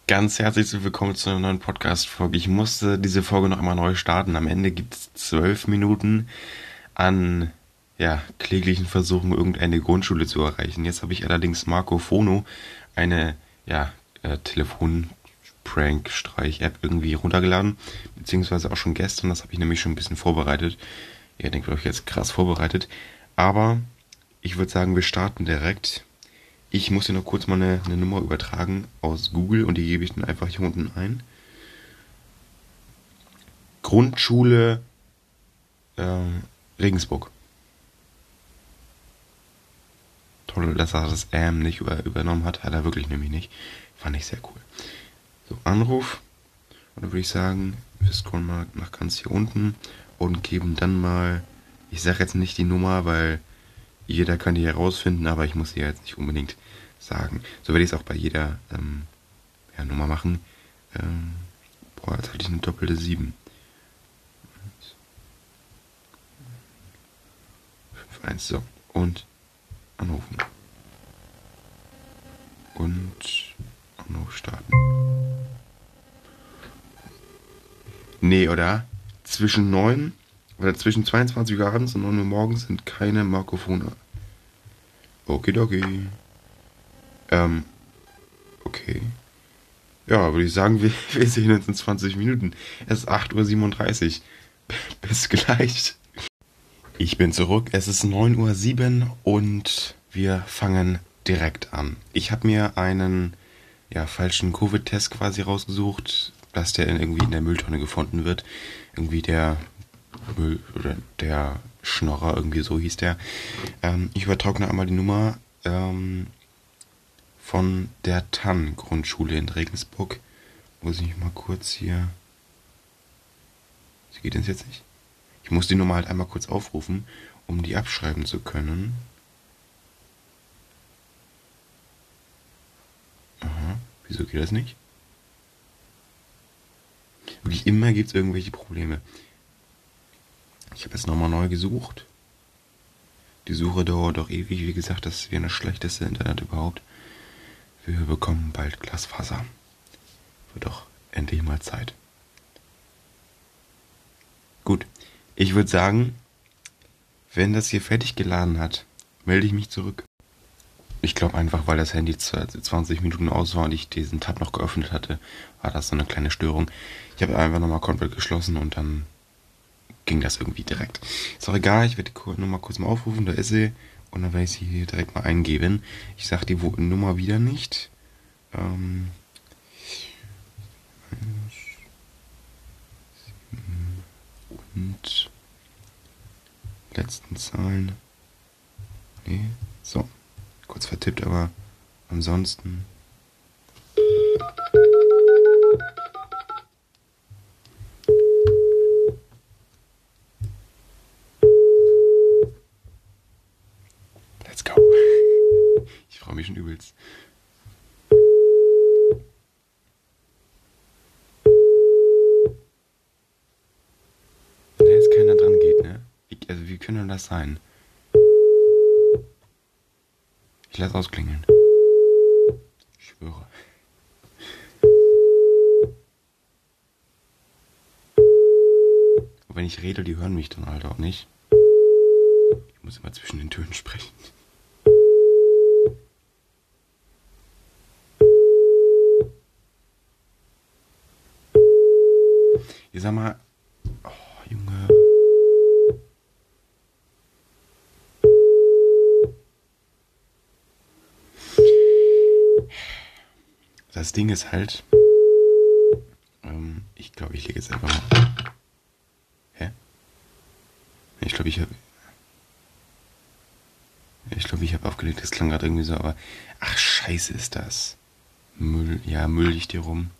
Ganz herzlich willkommen zu einer neuen Podcast-Folge. Ich musste diese Folge noch einmal neu starten. Am Ende gibt es 12 Minuten an kläglichen Versuchen, irgendeine Grundschule zu erreichen. Jetzt habe ich allerdings Marco Fono, eine Telefon-Prank-Streich-App irgendwie runtergeladen, beziehungsweise auch schon gestern. Das habe ich nämlich schon ein bisschen vorbereitet. Ihr denkt euch jetzt krass vorbereitet. Aber ich würde sagen, wir starten direkt. Ich muss hier noch kurz mal eine Nummer übertragen aus Google und die gebe ich dann einfach hier unten ein. Grundschule Regensburg. Toll, dass er das nicht übernommen hat. Hat er wirklich nämlich nicht. Fand ich sehr cool. So, Anruf. Und dann würde ich sagen, wir scrollen mal nach ganz hier unten und geben dann mal, ich sage jetzt nicht die Nummer, weil jeder kann die herausfinden, aber ich muss sie jetzt nicht unbedingt sagen. So werde ich es auch bei jeder Nummer machen. Jetzt hatte ich eine doppelte 7. 5-1, so. Und anrufen. Und Anruf starten. Nee, oder? Zwischen 22 Uhr abends und 9 Uhr morgens sind keine Mikrofone. Okidoki. Okay. Ja, würde ich sagen, wir sehen uns in 20 Minuten. Es ist 8:37 Uhr. Bis gleich. Ich bin zurück. Es ist 9:07 Uhr und wir fangen direkt an. Ich habe mir einen falschen Covid-Test quasi rausgesucht, dass der irgendwie in der Mülltonne gefunden wird. Irgendwie der Schnorrer, irgendwie so hieß der. Ich übertrage noch einmal die Nummer von der TAN-Grundschule in Regensburg. Muss ich mal kurz hier... Sie geht das jetzt nicht? Ich muss die Nummer halt einmal kurz aufrufen, um die abschreiben zu können. Aha, wieso geht das nicht? Wie immer gibt es irgendwelche Probleme. Ich habe jetzt nochmal neu gesucht. Die Suche dauert doch ewig. Wie gesagt, das ist das schlechteste Internet überhaupt. Wir bekommen bald Glasfaser. Wird doch endlich mal Zeit. Gut, ich würde sagen, wenn das hier fertig geladen hat, melde ich mich zurück. Ich glaube einfach, weil das Handy 20 Minuten aus war und ich diesen Tab noch geöffnet hatte, war das so eine kleine Störung. Ich habe einfach nochmal komplett geschlossen und dann ging das irgendwie direkt. Ist auch egal, ich werde die Nummer kurz mal aufrufen, da ist sie. Und dann werde ich sie hier direkt mal eingeben. Ich sage die Nummer wieder nicht. Und letzten Zahlen. Nee, so. Kurz vertippt, aber ansonsten. Let's go. Ich freue mich schon übelst. Wenn da jetzt keiner dran geht, ne? Wie könnte das sein? Ich lasse ausklingeln. Ich schwöre. Und wenn ich rede, die hören mich dann halt auch nicht. Ich muss immer zwischen den Tönen sprechen. Ich sag mal, oh Junge. Das Ding ist halt, ich glaube, ich lege jetzt einfach mal. Hä? Ich glaube, ich habe aufgelegt, das klang gerade irgendwie so, aber ach, scheiße ist das. Müll liegt hier rum.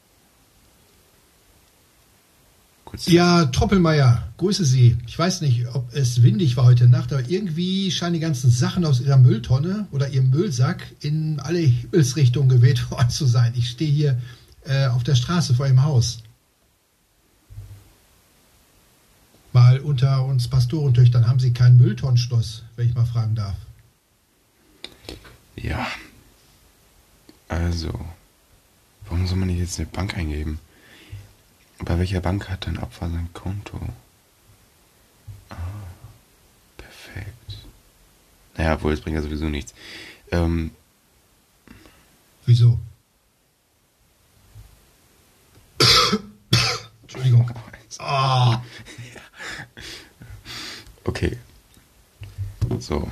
Ja, Troppelmeier, grüße Sie. Ich weiß nicht, ob es windig war heute Nacht, aber irgendwie scheinen die ganzen Sachen aus Ihrer Mülltonne oder Ihrem Müllsack in alle Himmelsrichtungen geweht worden zu sein. Ich stehe hier auf der Straße vor Ihrem Haus. Mal unter uns Pastorentöchtern, haben Sie keinen Mülltonnenschloss, wenn ich mal fragen darf? Ja, also Warum soll man nicht jetzt eine Bank eingeben? Bei welcher Bank hat dein Opfer sein Konto? Ah, perfekt. Naja, wohl, das bringt ja sowieso nichts. Wieso? Entschuldigung. Ah. Okay. So.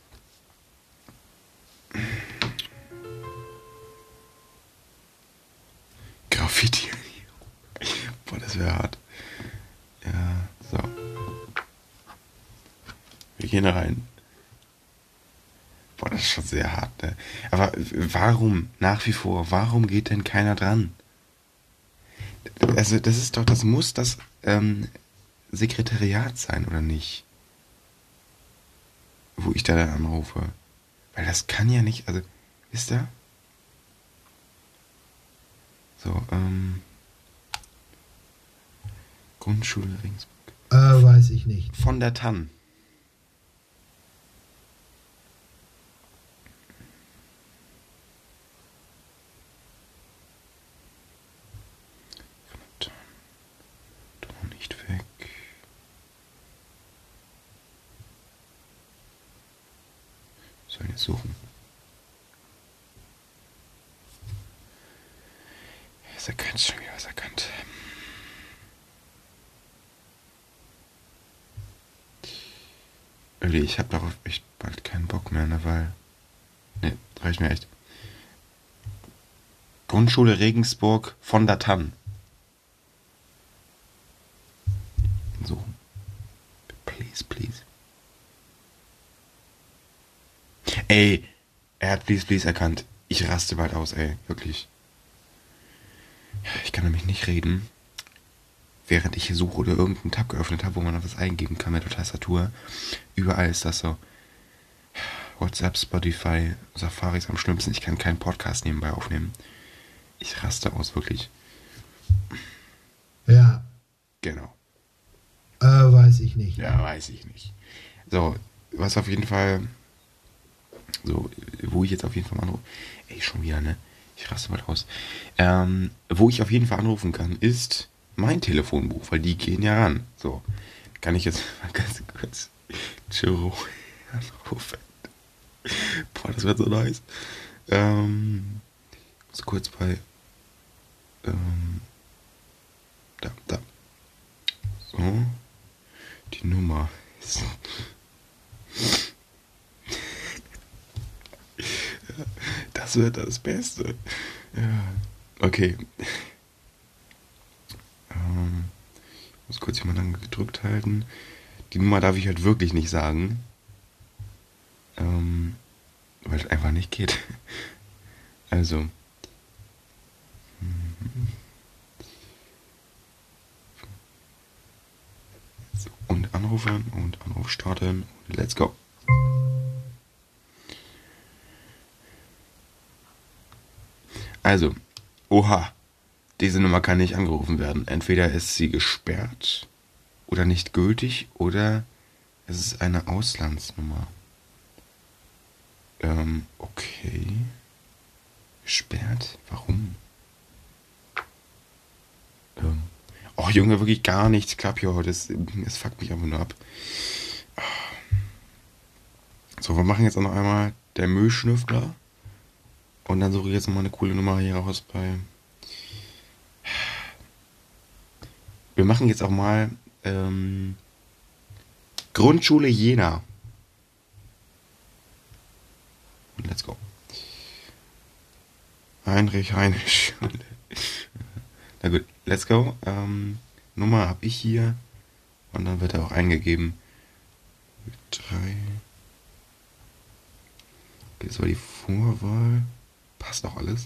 Graffiti. Boah, das wäre hart. Ja, so. Wir gehen rein. Boah, das ist schon sehr hart, ne? Aber warum, nach wie vor, warum geht denn keiner dran? Also, das ist doch, das muss das Sekretariat sein, oder nicht? Wo ich da dann anrufe. Weil das kann ja nicht, also, wisst ihr? So, Grundschule Regensburg. Weiß ich nicht. Von der Tann. Von der Tann. Doch nicht weg. Soll ich jetzt suchen? Ist erkannt, schon wieder was erkannt. Ich hab darauf echt bald keinen Bock mehr, ne, weil... Ne, reicht mir echt. Grundschule Regensburg von der Tann. So. Please, please. Ey, er hat please, please erkannt. Ich raste bald aus, ey. Wirklich. Ich kann nämlich nicht reden, während ich hier suche oder irgendeinen Tab geöffnet habe, wo man noch was eingeben kann mit der Tastatur. Überall ist das so. WhatsApp, Spotify, Safari ist am schlimmsten. Ich kann keinen Podcast nebenbei aufnehmen. Ich raste aus, wirklich. Ja. Genau. Weiß ich nicht. Ja, weiß ich nicht. So, was auf jeden Fall... So, wo ich jetzt auf jeden Fall mal anrufe... Ey, schon wieder, ne? Ich raste mal aus. Wo ich auf jeden Fall anrufen kann, ist mein Telefonbuch, weil die gehen ja ran. So, kann ich jetzt mal ganz kurz Chiro anrufen. Boah, das wird so nice. Muss kurz bei da. So, die Nummer ist... Das wird das Beste. Ja. Okay. Muss kurz jemand lang gedrückt halten. Die Nummer darf ich halt wirklich nicht sagen. Weil es einfach nicht geht. Also. So, und anrufen und Anruf starten und let's go. Also, oha, diese Nummer kann nicht angerufen werden. Entweder ist sie gesperrt oder nicht gültig oder es ist eine Auslandsnummer. Okay. Gesperrt? Warum? Oh Junge, wirklich gar nichts klappt hier heute. Es fuckt mich einfach nur ab. So, wir machen jetzt auch noch einmal der Müllschnüffler. Und dann suche ich jetzt mal eine coole Nummer hier raus bei... Wir machen jetzt auch mal Grundschule Jena. Und let's go. Heinrich. Na gut, let's go. Nummer habe ich hier. Und dann wird er auch eingegeben. 3. Okay, das war die Vorwahl. Passt auch alles.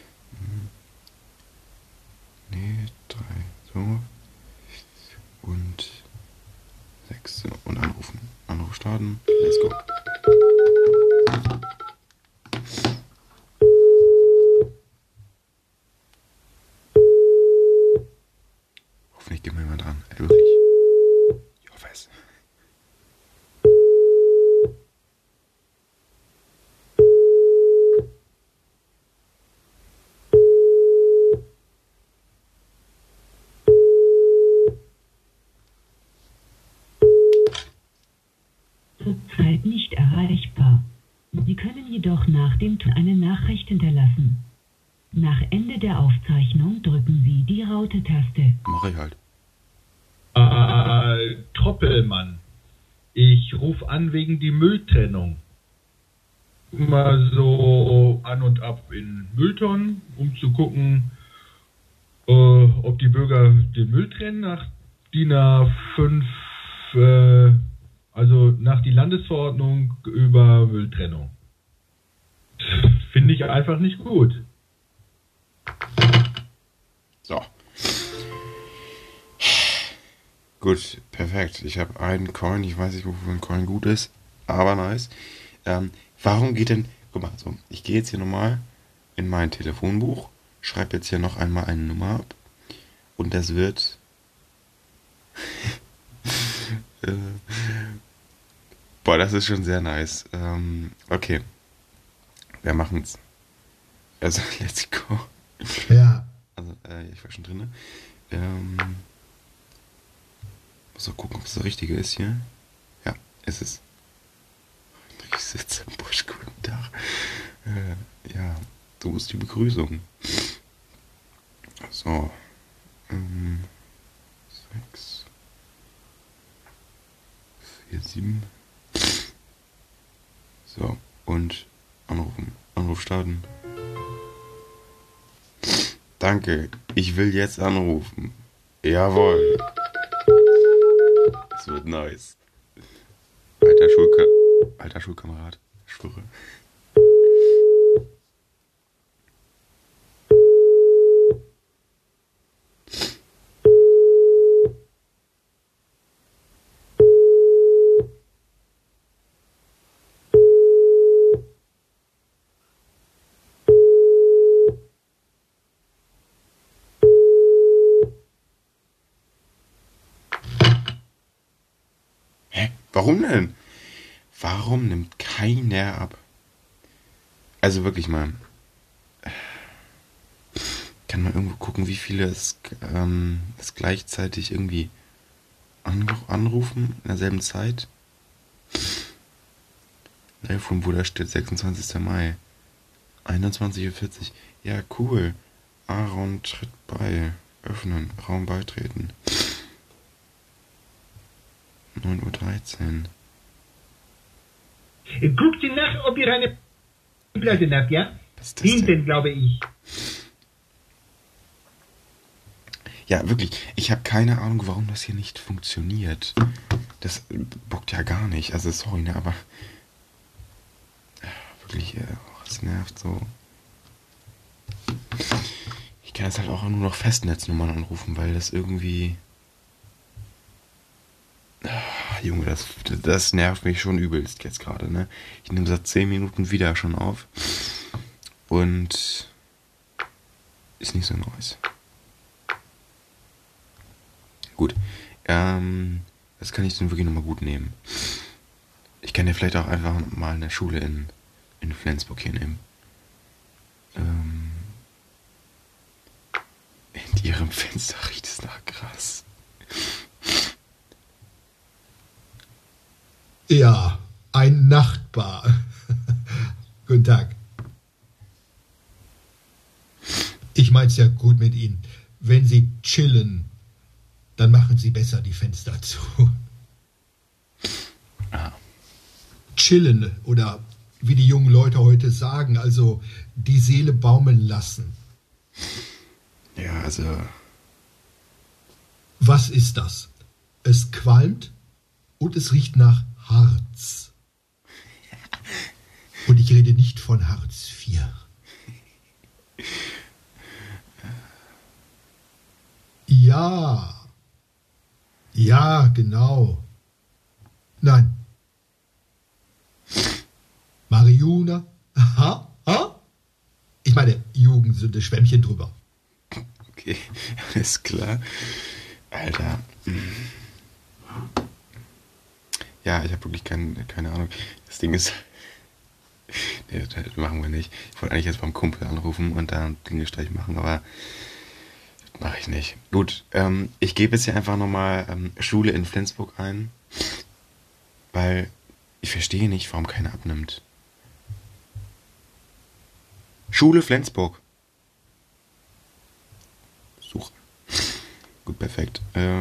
Nee, 3. So. Und 6. So. Und anrufen. Anruf starten. Let's go. Hoffentlich geht mir jemand dran. Wirklich. Ich hoffe es. zurzeit nicht erreichbar. Sie können jedoch nach dem Ton eine Nachricht hinterlassen. Nach Ende der Aufzeichnung drücken Sie die Raute-Taste. Mach ich halt. Troppelmann. Ich rufe an wegen die Mülltrennung. Mal so an und ab in Mülltonnen, um zu gucken, ob die Bürger den Müll trennen nach DIN A5, also nach die Landesverordnung über Mülltrennung. Finde ich einfach nicht gut. So. Gut, perfekt. Ich habe einen Coin. Ich weiß nicht, wofür ein Coin gut ist, aber nice. Warum geht denn... Guck mal, so, ich gehe jetzt hier nochmal in mein Telefonbuch, schreibe jetzt hier noch einmal eine Nummer ab und das wird... Boah, das ist schon sehr nice. Okay. Wir machen's. Also, let's go. Ja. Also, ich war schon drin. Muss auch gucken, ob es das Richtige ist hier. Ja, ist es. Ich sitze im Busch, guten Tag. Ja, so ist die Begrüßung. So. 6. 4, 7. So, und anrufen. Anruf starten. Danke, ich will jetzt anrufen. Jawohl. Es wird nice. Alter Schulkamerad. Ich schwöre. Warum denn? Warum nimmt keiner ab? Also wirklich mal. Kann man irgendwo gucken, wie viele es gleichzeitig irgendwie anrufen in derselben Zeit? Telefon, wo da steht 26. Mai. 21:40 Uhr. Ja, cool. Aaron tritt bei. Öffnen. Raum beitreten. 9:13 Uhr. Guckt Sie nach, ob ihr eine Platte habt, ja? Was ist das denn? Hinten, glaube ich. Ja, wirklich. Ich habe keine Ahnung, warum das hier nicht funktioniert. Das bockt ja gar nicht. Also, sorry, ne, aber... Wirklich, es nervt so. Ich kann jetzt halt auch nur noch Festnetznummern anrufen, weil das irgendwie... Junge, das nervt mich schon übelst jetzt gerade, ne? Ich nehme seit 10 Minuten wieder schon auf. Und... Ist nicht so nice. Gut. Das kann ich dann wirklich nochmal gut nehmen. Ich kann ja vielleicht auch einfach mal eine Schule in Flensburg hier nehmen. In ihrem Fenster riecht es nach Gras. Ja, ein Nachbar. Guten Tag. Ich mein's ja gut mit Ihnen. Wenn Sie chillen, dann machen Sie besser die Fenster zu. Ah. Chillen oder wie die jungen Leute heute sagen, also die Seele baumeln lassen. Ja, also... Was ist das? Es qualmt und es riecht nach Harz. Und ich rede nicht von Hartz IV. Ja. Ja, genau. Nein. Marihuana. Aha. Ha? Ich meine, Jugendsünde, Schwämmchen drüber. Okay, alles klar. Alter. Ja, ich habe wirklich keine Ahnung. Das Ding ist... Nee, das machen wir nicht. Ich wollte eigentlich jetzt beim Kumpel anrufen und da Dinge gleich machen, aber das mache ich nicht. Gut, ich gebe jetzt hier einfach nochmal Schule in Flensburg ein, weil Ich verstehe nicht, warum keiner abnimmt. Schule Flensburg. Suchen. Gut, perfekt.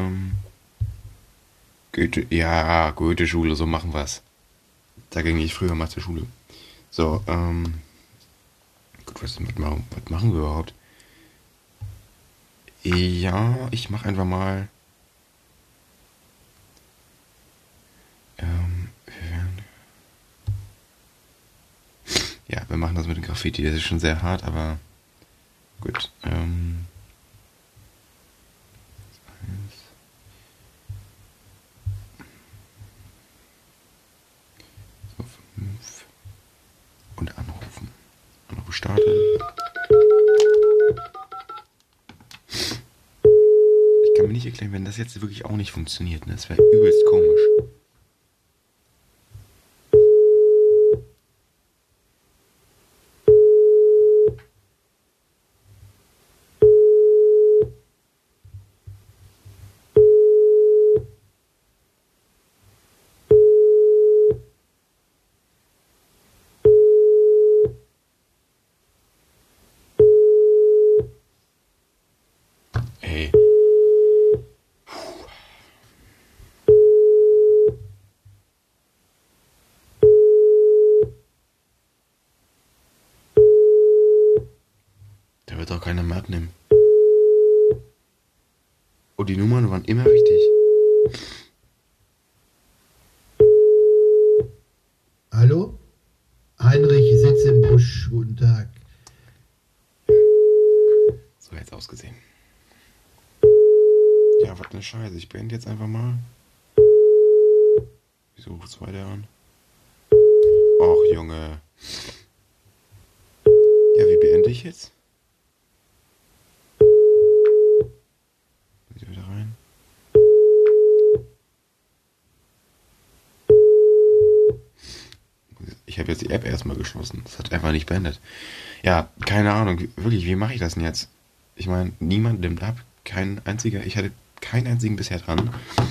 Goethe, ja, Goethe-Schule, so machen wir's. Da ging ich früher mal zur Schule. So, gut, was machen wir überhaupt? Ja, ich mache einfach mal. Wir machen das mit dem Graffiti. Das ist schon sehr hart, aber gut. So, 5. Und anrufen. Anruf starten. Ich kann mir nicht erklären, wenn das jetzt wirklich auch nicht funktioniert. Ne? Das wäre übelst komisch. Ey. Da wird auch keiner mehr abnehmen. Und die Nummern waren immer richtig. Hallo? Heinrich sitzt im Busch. Guten Tag. So hätte es ausgesehen. Ja, was ne Scheiße. Ich beende jetzt einfach mal. Wieso ruft es weiter an? Och, Junge. Ja, wie beende ich jetzt? Wieder rein. Ich habe jetzt die App erstmal geschlossen. Das hat einfach nicht beendet. Ja, keine Ahnung. Wirklich, wie mache ich das denn jetzt? Ich meine, niemand nimmt ab. Kein einziger. Ich hatte keinen einzigen bisher dran.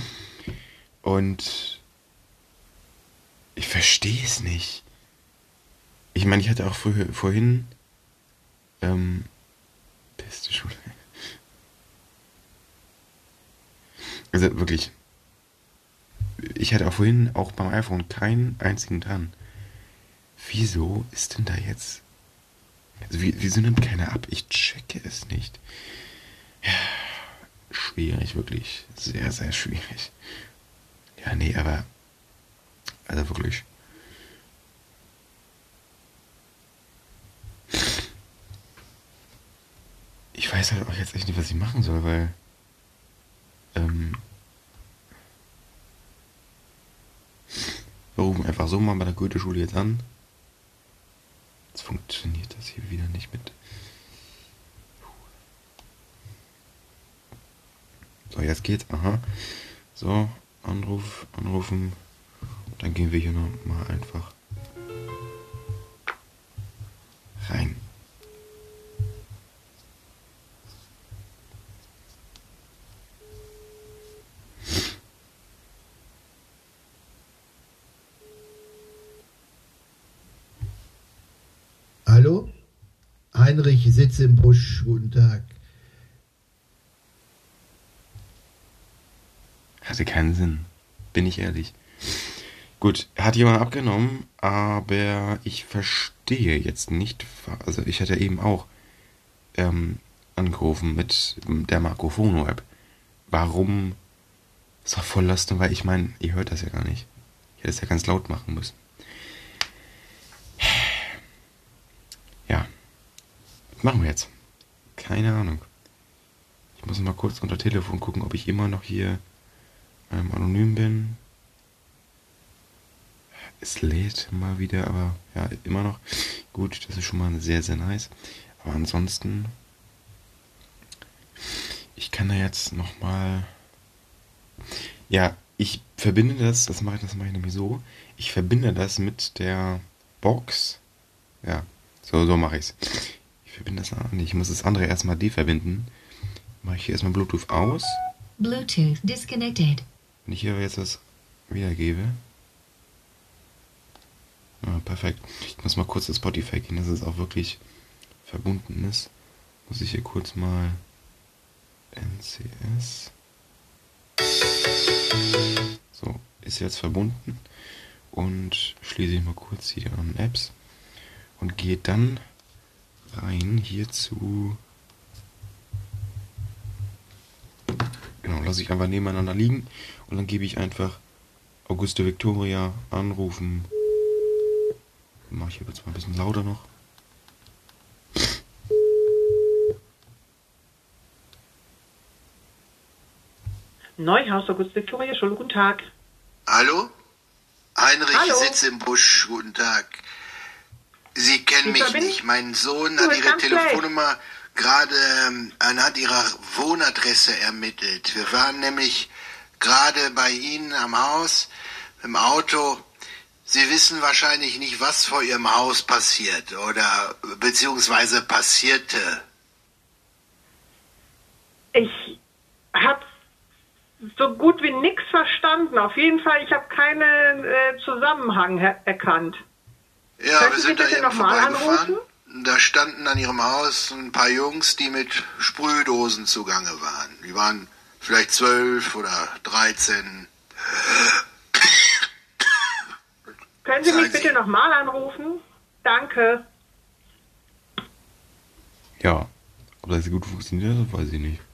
Und ich verstehe es nicht. Ich meine, ich hatte auch vorhin beste Schule. Also wirklich. Ich hatte auch vorhin auch beim iPhone keinen einzigen dran. Wieso ist denn da jetzt... Also wieso nimmt keiner ab? Ich checke es nicht. Ja, schwierig, wirklich. Sehr, sehr schwierig. Ja, nee, aber... Also wirklich. Ich weiß halt auch jetzt echt nicht, was ich machen soll, weil... wir rufen einfach so mal bei der Goethe-Schule jetzt an. Jetzt funktioniert das hier wieder nicht mit. So, jetzt geht's. Aha. So, anrufen. Dann gehen wir hier nochmal einfach rein. Hallo? Heinrich sitzt im Busch. Guten Tag. Hatte keinen Sinn. Bin ich ehrlich. Gut, hat jemand abgenommen, aber ich verstehe jetzt nicht. Also ich hatte eben auch angerufen mit der Marcofono-App. Warum ist doch voll Last, weil ich meine, ihr hört das ja gar nicht. Ich hätte es ja ganz laut machen müssen. Ja. Was machen wir jetzt? Keine Ahnung. Ich muss mal kurz unter Telefon gucken, ob ich immer noch hier anonym bin. Es lädt mal wieder, aber ja, immer noch. Gut, das ist schon mal sehr, sehr nice. Aber ansonsten, ich kann da jetzt nochmal... Ja, ich verbinde das mache ich nämlich so. Ich verbinde das mit der Box. Ja, so mache ich es. Ich verbinde das an. Ich muss das andere erstmal deverbinden. Mache ich hier erstmal Bluetooth aus. Bluetooth disconnected. Wenn ich hier jetzt das wiedergebe. Ja, perfekt. Ich muss mal kurz zu Spotify gehen, dass es auch wirklich verbunden ist. Muss ich hier kurz mal NCS. So, ist jetzt verbunden. Und schließe ich mal kurz hier an Apps. Und gehe dann rein hier zu... Genau, lasse ich einfach nebeneinander liegen. Und dann gebe ich einfach Auguste Victoria anrufen. Mache ich jetzt mal ein bisschen lauter noch. Neuhaus, Auguste Victoria, schönen guten Tag. Hallo? Heinrich Hallo. Sitz im Busch, guten Tag. Sie kennen mich nicht. Mein Sohn hat ist Ihre ganz Telefonnummer gerade anhand Ihrer Wohnadresse ermittelt. Wir waren nämlich gerade bei Ihnen am Haus im Auto. Sie wissen wahrscheinlich nicht, was vor Ihrem Haus passiert oder beziehungsweise passierte. Ich habe so gut wie nichts verstanden. Auf jeden Fall, ich habe keinen Zusammenhang erkannt. Ja, Könnten wir Sie sind da bitte eben nochmal vorbeigefahren. anrufen? Da standen an Ihrem Haus ein paar Jungs, die mit Sprühdosen zugange waren. Die waren vielleicht 12 oder 13. Können Sie mich Sagen Sie. bitte nochmal anrufen? Danke. Ja, ob das gut funktioniert, weiß ich nicht.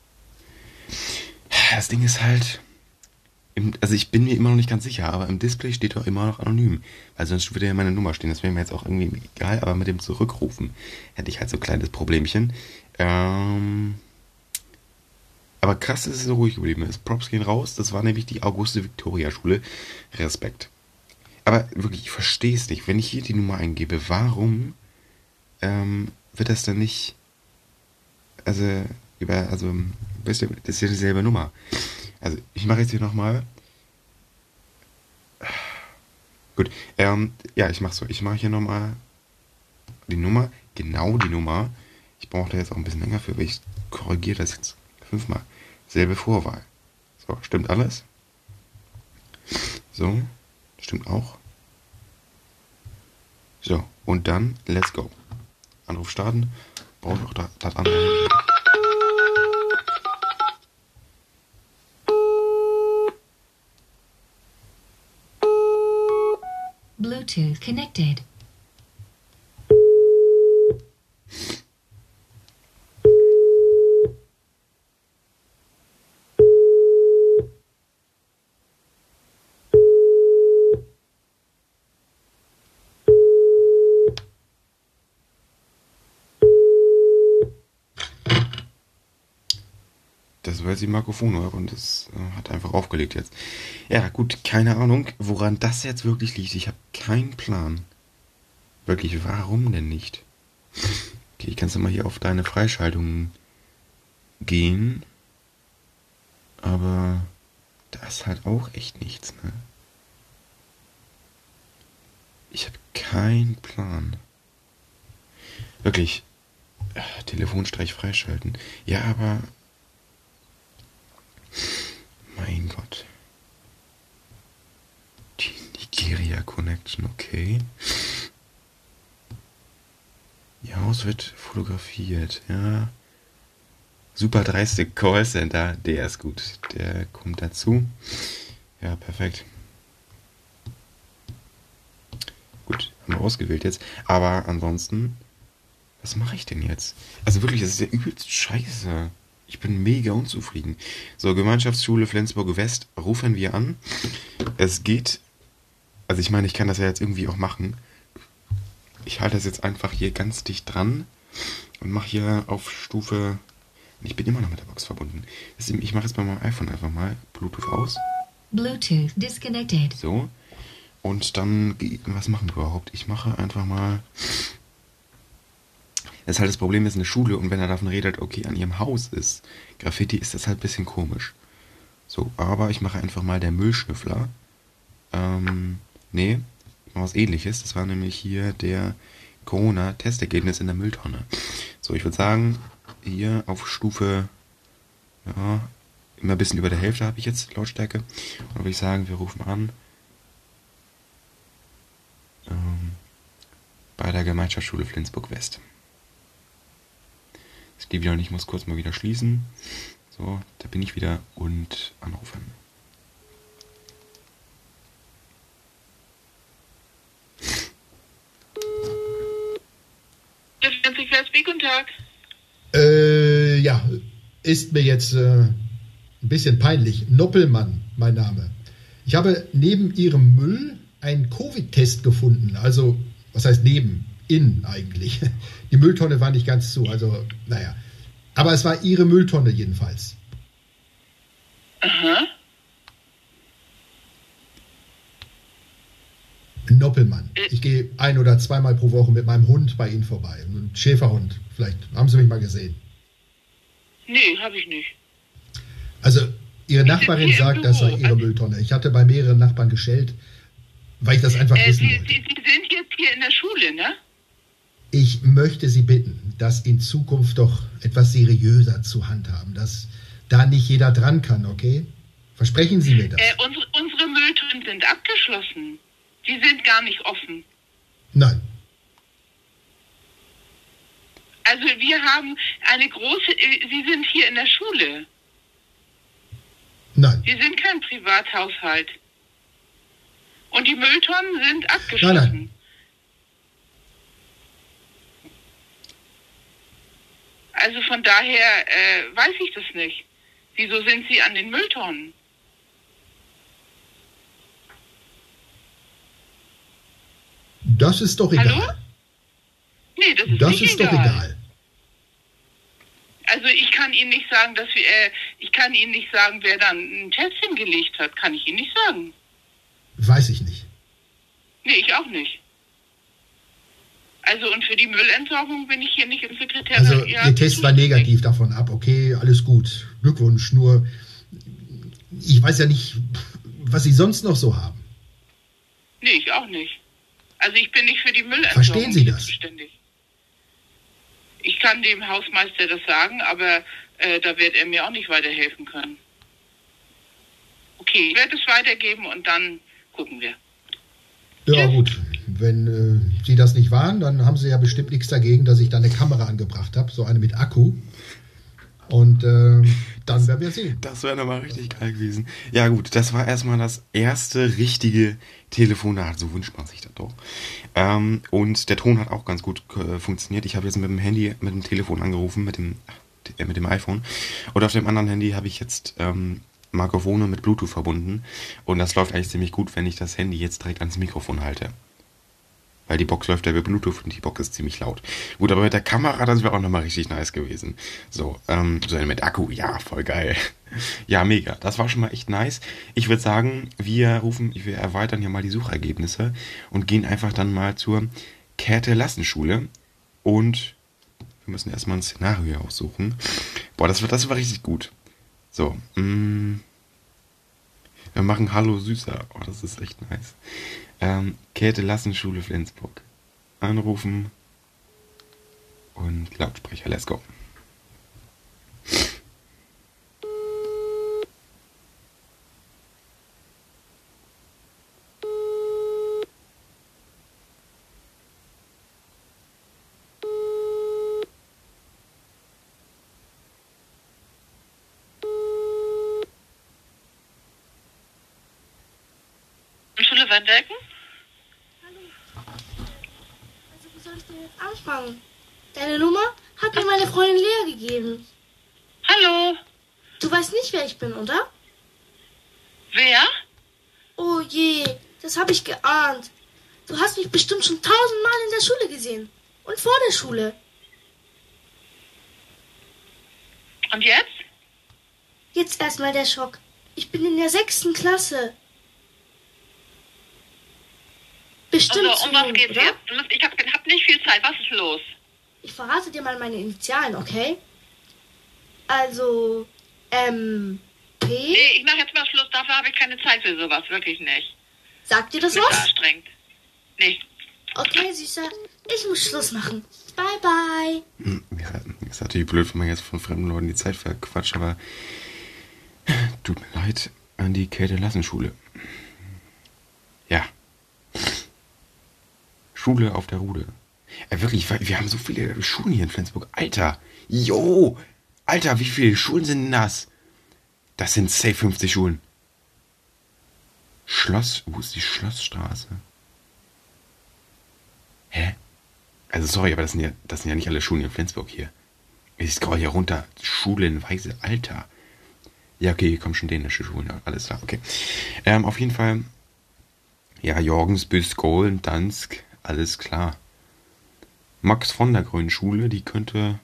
Das Ding ist halt, also ich bin mir immer noch nicht ganz sicher, aber im Display steht doch immer noch anonym. Weil sonst würde ja meine Nummer stehen. Das wäre mir jetzt auch irgendwie egal, aber mit dem Zurückrufen hätte ich halt so ein kleines Problemchen. Aber krass, dass es so ruhig geblieben ist. Props gehen raus. Das war nämlich die Auguste-Victoria-Schule. Respekt. Aber wirklich, ich verstehe es nicht. Wenn ich hier die Nummer eingebe, warum wird das dann nicht... Also, weißt du, das ist ja dieselbe Nummer. Also, ich mache jetzt hier nochmal... Gut, ja, ich mache so. Ich mache hier nochmal die Nummer, genau die Nummer. Ich brauche da jetzt auch ein bisschen länger für, weil ich korrigiere das jetzt 5-mal. Selbe Vorwahl. So, stimmt alles? So, stimmt auch. So, und dann, let's go. Anruf starten. Brauche ich auch das andere Handy. Bluetooth connected. Das war jetzt die Marco-Fono und das hat einfach aufgelegt jetzt. Ja, gut, keine Ahnung, woran das jetzt wirklich liegt. Ich habe keinen Plan. Wirklich, warum denn nicht? Okay, ich kann ja mal hier auf deine Freischaltungen gehen. Aber da ist halt auch echt nichts, ne? Ich habe keinen Plan. Wirklich. Telefonstreich freischalten. Ja, aber... Mein Gott. Die Nigeria Connection, okay. Ihr Haus wird fotografiert, ja. Super dreiste Callcenter, der ist gut. Der kommt dazu. Ja, perfekt. Gut, haben wir ausgewählt jetzt. Aber ansonsten, was mache ich denn jetzt? Also wirklich, das ist ja übelst scheiße. Ich bin mega unzufrieden. So, Gemeinschaftsschule Flensburg West rufen wir an. Es geht, also ich meine, ich kann das ja jetzt irgendwie auch machen. Ich halte das jetzt einfach hier ganz dicht dran und mache hier auf Stufe, ich bin immer noch mit der Box verbunden. Ich mache jetzt bei meinem iPhone einfach mal Bluetooth aus. Bluetooth disconnected. So, und dann, was machen wir überhaupt? Ich mache einfach mal... Das ist halt das Problem, ist eine Schule und wenn er davon redet, okay, an ihrem Haus ist Graffiti, ist das halt ein bisschen komisch. So, aber ich mache einfach mal der Müllschnüffler. Nee, ich mache was Ähnliches. Das war nämlich hier der Corona-Testergebnis in der Mülltonne. So, ich würde sagen, hier auf Stufe, ja, immer ein bisschen über der Hälfte habe ich jetzt Lautstärke. Und würde ich sagen, wir rufen an. der Gemeinschaftsschule Flensburg West. Das geht wieder und ich muss kurz mal wieder schließen. So, da bin ich wieder und anrufen. Guten Tag. Ja, ist mir jetzt ein bisschen peinlich. Noppelmann, mein Name. Ich habe neben Ihrem Müll einen Covid-Test gefunden. Also, was heißt neben? In eigentlich. Die Mülltonne war nicht ganz zu, also, naja. Aber es war Ihre Mülltonne jedenfalls. Aha. Noppelmann. Ich gehe 1- oder zweimal pro Woche mit meinem Hund bei Ihnen vorbei. Ein Schäferhund. Vielleicht haben Sie mich mal gesehen. Nee, habe ich nicht. Also, Ihre Nachbarin sagt, das sei Ihre Mülltonne. Ich hatte bei mehreren Nachbarn geschellt, weil ich das einfach wissen wollte. Sie sind jetzt hier in der Schule, ne? Ich möchte Sie bitten, das in Zukunft doch etwas seriöser zu handhaben, dass da nicht jeder dran kann, okay? Versprechen Sie mir das? Unsere Mülltonnen sind abgeschlossen. Die sind gar nicht offen. Nein. Also wir haben eine große... Sie sind hier in der Schule. Nein. Sie sind kein Privathaushalt. Und die Mülltonnen sind abgeschlossen. Nein. Also von daher weiß ich das nicht. Wieso sind Sie an den Mülltonnen? Das ist doch egal. Hallo? Nee, das ist das nicht ist egal. Doch egal. Also ich kann Ihnen nicht sagen, ich kann Ihnen nicht sagen, wer dann ein Test hingelegt hat. Kann ich Ihnen nicht sagen. Weiß ich nicht. Nee, ich auch nicht. Also und für die Müllentsorgung bin ich hier nicht im Sekretariat. Also Ihr Test war negativ davon ab. Okay, alles gut. Glückwunsch. Nur, ich weiß ja nicht, was Sie sonst noch so haben. Nee, ich auch nicht. Also ich bin nicht für die Müllentsorgung Verstehen Sie das? zuständig. Ich kann dem Hausmeister das sagen, aber da wird er mir auch nicht weiterhelfen können. Okay, ich werde es weitergeben und dann gucken wir. Ja gut, wenn Sie das nicht waren, dann haben Sie ja bestimmt nichts dagegen, dass ich da eine Kamera angebracht habe, so eine mit Akku. Und dann werden wir sehen. Das wäre nochmal richtig geil gewesen. Ja gut, das war erstmal das erste richtige Telefonat, so wünscht man sich das doch. Und der Ton hat auch ganz gut funktioniert. Ich habe jetzt mit dem Handy, mit dem Telefon angerufen, mit dem iPhone. Und auf dem anderen Handy habe ich jetzt Mikrofone mit Bluetooth verbunden. Und das läuft eigentlich ziemlich gut, wenn ich das Handy jetzt direkt ans Mikrofon halte. Weil die Box läuft ja über Bluetooth und die Box ist ziemlich laut. Gut, aber mit der Kamera, das wäre auch nochmal richtig nice gewesen. So mit Akku, ja, voll geil. Ja, mega. Das war schon mal echt nice. Ich würde sagen, wir erweitern hier mal die Suchergebnisse und gehen einfach dann mal zur Käthe-Lassen-Schule. Und wir müssen erstmal ein Szenario aussuchen. Boah, das war richtig gut. So, wir machen Hallo Süßer. Oh, das ist echt nice. Käthe-Lassen-Schule Flensburg. Anrufen und Lautsprecher. Let's go. Schule Wandecken? Also, wie soll ich denn jetzt anfangen? Deine Nummer hat mir meine Freundin Lea gegeben. Hallo? Du weißt nicht, wer ich bin, oder? Wer? Oh je, das habe ich geahnt. Du hast mich bestimmt schon 1000-mal in der Schule gesehen. Und vor der Schule. Und jetzt? Jetzt erstmal der Schock. Ich bin in der 6. Klasse. Bestimmt Also, um was geht's oder? jetzt? Ich hab nicht viel Zeit. Was ist los? Ich verrate dir mal meine Initialen, okay? Also, P. Nee, ich mache jetzt mal Schluss. Dafür habe ich keine Zeit für sowas. Wirklich nicht. Sagt dir das Ist was? anstrengend. Nee. Okay, Süßer. Ich muss Schluss machen. Bye, bye. Ist natürlich blöd, wenn man jetzt von fremden Leuten die Zeit verquatscht, aber tut mir leid an die Käthe-Lassen-Schule. Ja. Schule auf der Rude. Wirklich, wir haben so viele Schulen hier in Flensburg. Alter, jo, Alter, wie viele Schulen sind denn das? Das sind safe 50 Schulen. Wo ist die Schlossstraße? Hä? Also sorry, aber das sind ja nicht alle Schulen in Flensburg hier. Ich scroll hier runter. Schulenweise, Alter. Ja, okay, hier kommen schon dänische Schulen. Alles klar, okay. Auf jeden Fall. Ja, Jorgensbüs, Golen, Dansk, alles klar. Max von der Grünen Schule, die könnte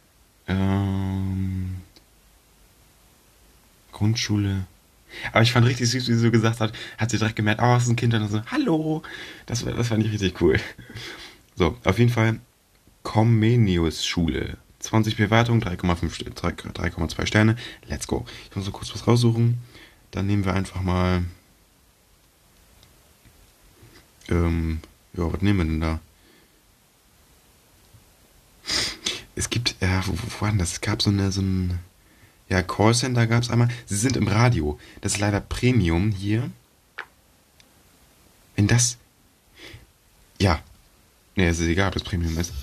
Grundschule. Aber ich fand richtig süß, wie sie so gesagt hat sie direkt gemerkt, oh, es ist ein Kind, und dann so, hallo. Das fand ich richtig cool. So, auf jeden Fall Comenius Schule. 20 Bewertungen, 3,2 Sterne. Let's go. Ich muss so kurz was raussuchen. Dann nehmen wir einfach mal was nehmen wir denn da? Es gibt, wo war denn das? Es gab so ein Callcenter gab es einmal. Sie sind im Radio. Das ist leider Premium hier. Wenn das, es ist egal, ob das Premium ist.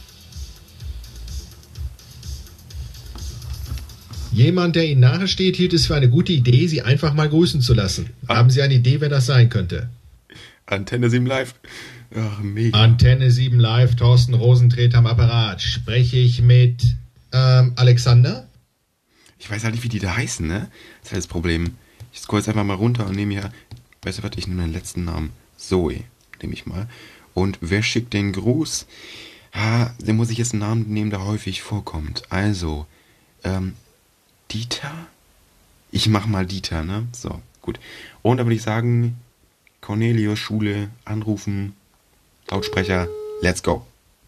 Jemand, der Ihnen nahe steht, hielt es für eine gute Idee, Sie einfach mal grüßen zu lassen. Haben Sie eine Idee, wer das sein könnte? Antenne 7 Live. Ach, mega. Antenne 7 Live, Thorsten Rosentreter am Apparat. Spreche ich mit Alexander? Ich weiß halt nicht, wie die da heißen, ne? Das ist halt das Problem. Ich scroll jetzt einfach mal runter und nehme hier, weißt du was, ich nehme den letzten Namen. Zoe, nehme ich mal. Und wer schickt den Gruß? Den muss ich jetzt einen Namen nehmen, der häufig vorkommt. Also, Dieter? Ich mach mal Dieter, ne? So, gut. Und da würde ich sagen, Cornelius Schule, anrufen, Lautsprecher, let's go.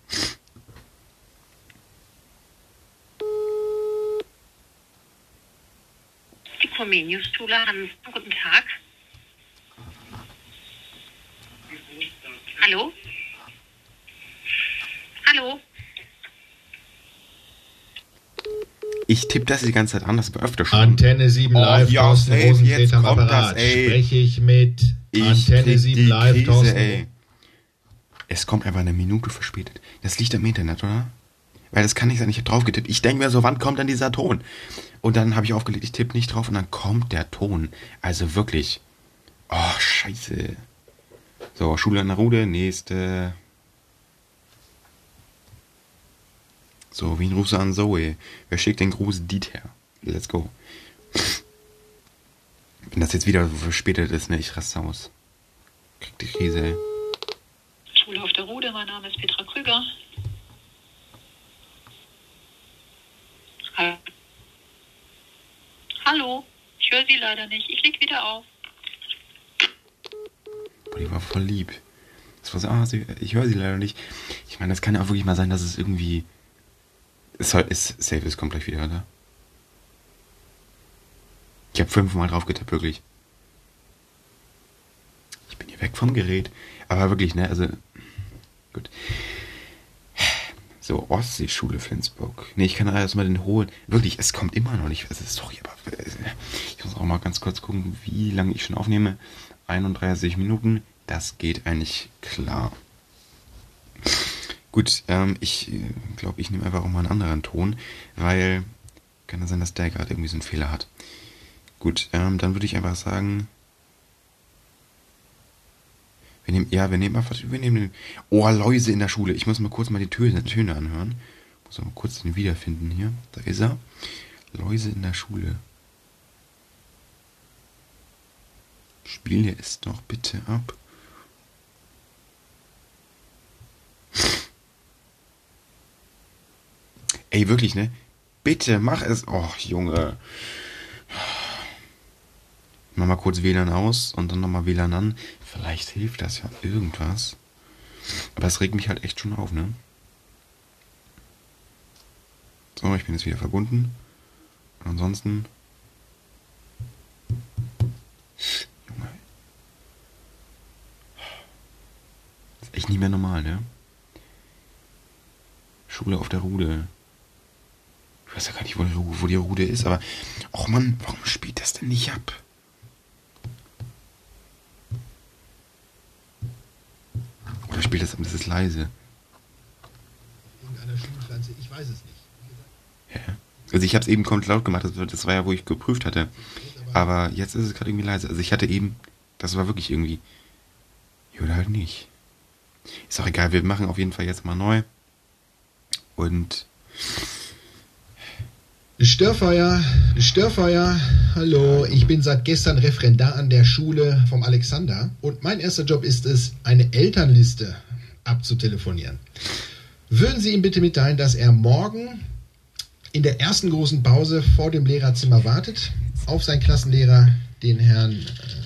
Die Comenius Schule, Hansen, guten Tag. Hallo? Hallo? Ich tippe das die ganze Zeit an, das ist öfter schon. Antenne 7 Live, Thorsten Rosentreter am Apparat. Spreche ich mit Antenne 7 Live, Thorsten. Es kommt einfach eine Minute verspätet. Das liegt am Internet, oder? Weil das kann nicht sein, ich habe drauf getippt. Ich denke mir so, wann kommt dann dieser Ton? Und dann habe ich aufgelegt, ich tippe nicht drauf und dann kommt der Ton. Also wirklich. Oh, scheiße. So, Schule an der Rude, nächste. So, wen rufst du an? Zoe. Wer schickt den Gruß? Dieter. Let's go. Wenn das jetzt wieder so verspätet ist, ne, ich raste aus. Krieg die Krise, ey. Schule auf der Rude, mein Name ist Petra Krüger. Hallo, ich höre Sie leider nicht. Ich leg wieder auf. Boah, die war voll lieb. Das war so, ich höre sie leider nicht. Ich meine, das kann ja auch wirklich mal sein, dass es irgendwie... ist safe, es kommt gleich wieder, oder? Ich habe 5-mal drauf getippt, wirklich. Ich bin hier weg vom Gerät. Aber wirklich, ne, also... Gut. So, Ostseeschule Flensburg. Ne, ich kann erstmal den holen. Wirklich, es kommt immer noch nicht. Sorry, aber ich muss auch mal ganz kurz gucken, wie lange ich schon aufnehme. 31 Minuten. Das geht eigentlich klar. Gut, ich glaube, ich nehme einfach auch mal einen anderen Ton, weil kann ja sein, dass der gerade irgendwie so einen Fehler hat. Gut, dann würde ich einfach sagen, wir nehmen den... Oh, Läuse in der Schule. Ich muss mal kurz mal die Töne anhören. Muss mal kurz den wiederfinden hier. Da ist er. Läuse in der Schule. Spiele es doch bitte ab. Ey, wirklich, ne? Bitte, mach es. Oh, Junge. Ich mach mal kurz WLAN aus und dann nochmal WLAN an. Vielleicht hilft das ja irgendwas. Aber es regt mich halt echt schon auf, ne? So, ich bin jetzt wieder verbunden. Und ansonsten... Junge. Das ist echt nicht mehr normal, ne? Schule auf der Rude. Ich weiß ja gar nicht, wo die Rude ist, aber... Och Mann, warum spielt das denn nicht ab? Oder spielt das ab, das ist leise. weiß es nicht. Ja. Also ich habe es eben komplett laut gemacht, das war ja, wo ich geprüft hatte. Aber jetzt ist es gerade irgendwie leise. Also ich hatte eben, das war wirklich irgendwie, oder halt nicht. Ist auch egal, wir machen auf jeden Fall jetzt mal neu. Und Störfeuer, hallo, ich bin seit gestern Referendar an der Schule vom Alexander und mein erster Job ist es, eine Elternliste abzutelefonieren. Würden Sie ihm bitte mitteilen, dass er morgen in der ersten großen Pause vor dem Lehrerzimmer wartet, auf seinen Klassenlehrer, den Herrn...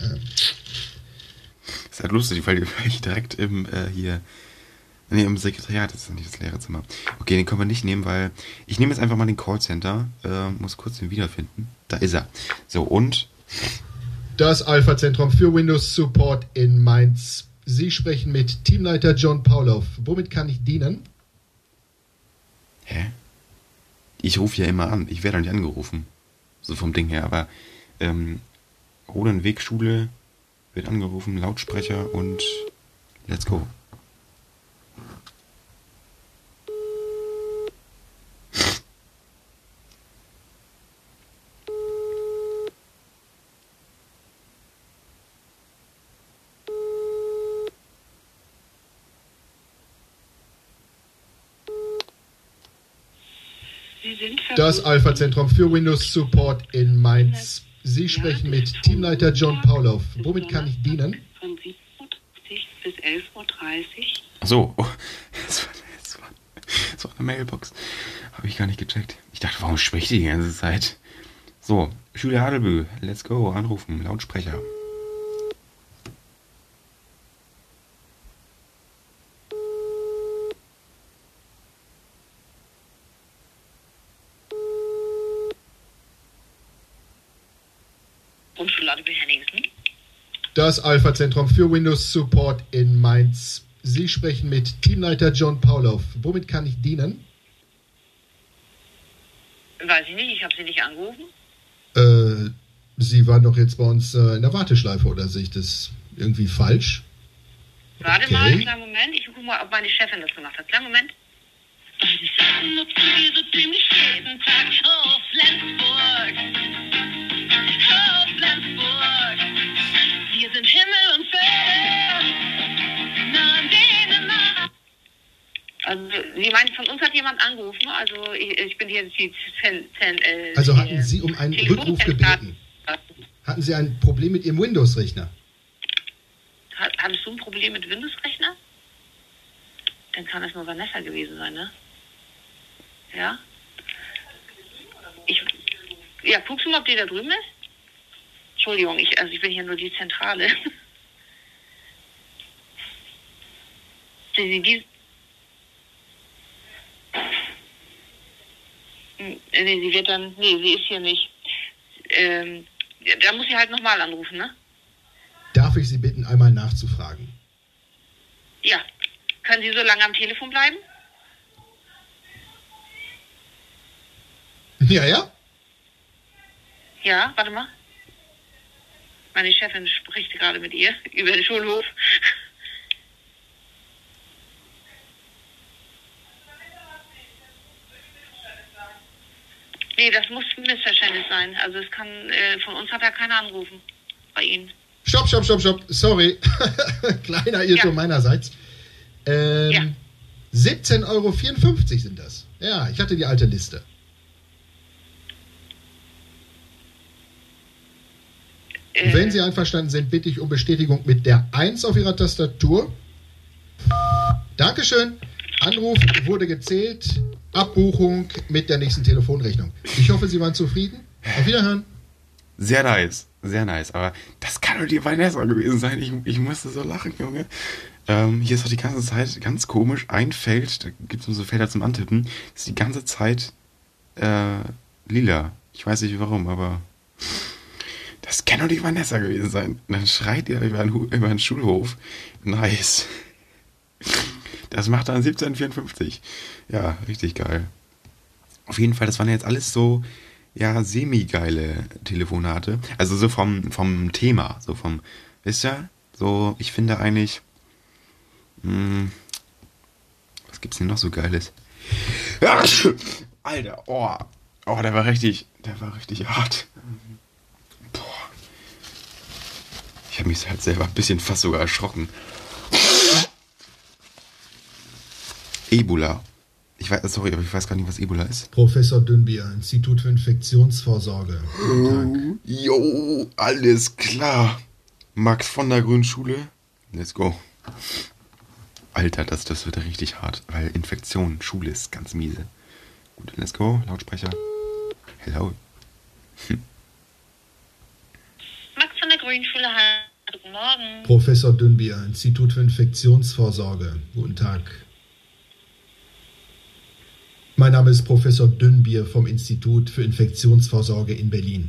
ist halt lustig, weil ich direkt im Sekretariat, das ist nicht das Lehrerzimmer. Okay, den können wir nicht nehmen, weil ich nehme jetzt einfach mal den Callcenter, muss kurz den wiederfinden. Da ist er. So, und? Das Alpha-Zentrum für Windows Support in Mainz. Sie sprechen mit Teamleiter John Paulow. Womit kann ich dienen? Hä? Ich rufe ja immer an. Ich werde nicht angerufen. So vom Ding her. Aber Rodenweg-Schule wird angerufen, Lautsprecher und let's go. Das Alpha-Zentrum für Windows Support in Mainz. Sie sprechen mit Teamleiter John Paulow. Womit kann ich dienen? Von 7.30 bis 11.30 Uhr. Ach so, oh, das war eine Mailbox. Habe ich gar nicht gecheckt. Ich dachte, warum spricht die ganze Zeit? So, Schüler Hadelbö, let's go, anrufen, Lautsprecher. Das Alpha-Zentrum für Windows Support in Mainz. Sie sprechen mit Teamleiter John Paulow. Womit kann ich dienen? Weiß ich nicht, ich habe Sie nicht angerufen. Sie waren doch jetzt bei uns in der Warteschleife, oder sehe ich das irgendwie falsch? Warte mal, einen kleinen Moment. Ich gucke mal, ob meine Chefin das gemacht hat. Kleinen Moment. Sie sagten nur zu dir so ziemlich jeden Tag auf Flensburg. Auf Flensburg. Wir sind Himmel und Hölle. Na, denen nach. Also, Sie meinen, von uns hat jemand angerufen? Also, ich bin hier die Also hatten Sie um einen Rückruf gebeten? Hatten Sie ein Problem mit Ihrem Windows-Rechner? Hattest du ein Problem mit Windows-Rechner? Dann kann es nur Vanessa gewesen sein, ne? Ja? Ja, guckst du mal, ob die da drüben ist? Entschuldigung, ich bin hier nur die Zentrale. Sie wird dann... Nee, sie ist hier nicht. Da muss sie halt nochmal anrufen, ne? Darf ich Sie bitten, einmal nachzufragen? Ja. Können Sie so lange am Telefon bleiben? Ja? Ja, warte mal. Meine Chefin spricht gerade mit ihr über den Schulhof. Nee, das muss ein Missverständnis sein. Also es kann, von uns hat ja keiner angerufen. Bei Ihnen. Stopp. Sorry. Kleiner Irrtum meinerseits. 17,54 Euro sind das. Ja, ich hatte die alte Liste. Wenn Sie einverstanden sind, bitte ich um Bestätigung mit der 1 auf Ihrer Tastatur. Dankeschön. Anruf wurde gezählt. Abbuchung mit der nächsten Telefonrechnung. Ich hoffe, Sie waren zufrieden. Auf Wiederhören. Sehr nice. Aber das kann doch die Vanessa gewesen sein. Ich musste so lachen, Junge. Hier ist doch die ganze Zeit ganz komisch ein Feld, da gibt es nur so Felder zum Antippen, das ist die ganze Zeit lila. Ich weiß nicht warum, aber das kann doch die Vanessa gewesen sein. Und dann schreit ihr über den Schulhof. Nice. Das macht dann 17,54. Ja, richtig geil. Auf jeden Fall, das waren jetzt alles so, ja, semi-geile Telefonate. Also so vom Thema, so vom, wisst ihr, so, ich finde eigentlich, was gibt's denn noch so Geiles? Alter, oh, der war richtig hart. Boah. Ich habe mich halt selber ein bisschen fast sogar erschrocken. Ebola. Ich weiß gar nicht, was Ebola ist. Professor Dünnbier, Institut für Infektionsvorsorge. Guten Tag. Jo, alles klar. Max von der Grundschule. Let's go. Alter, das wird richtig hart, weil Infektion, Schule ist ganz miese. Gut, let's go. Lautsprecher. Hello. Max von der Grundschule, guten Morgen. Professor Dünnbier, Institut für Infektionsvorsorge. Guten Tag. Mein Name ist Professor Dünnbier vom Institut für Infektionsvorsorge in Berlin.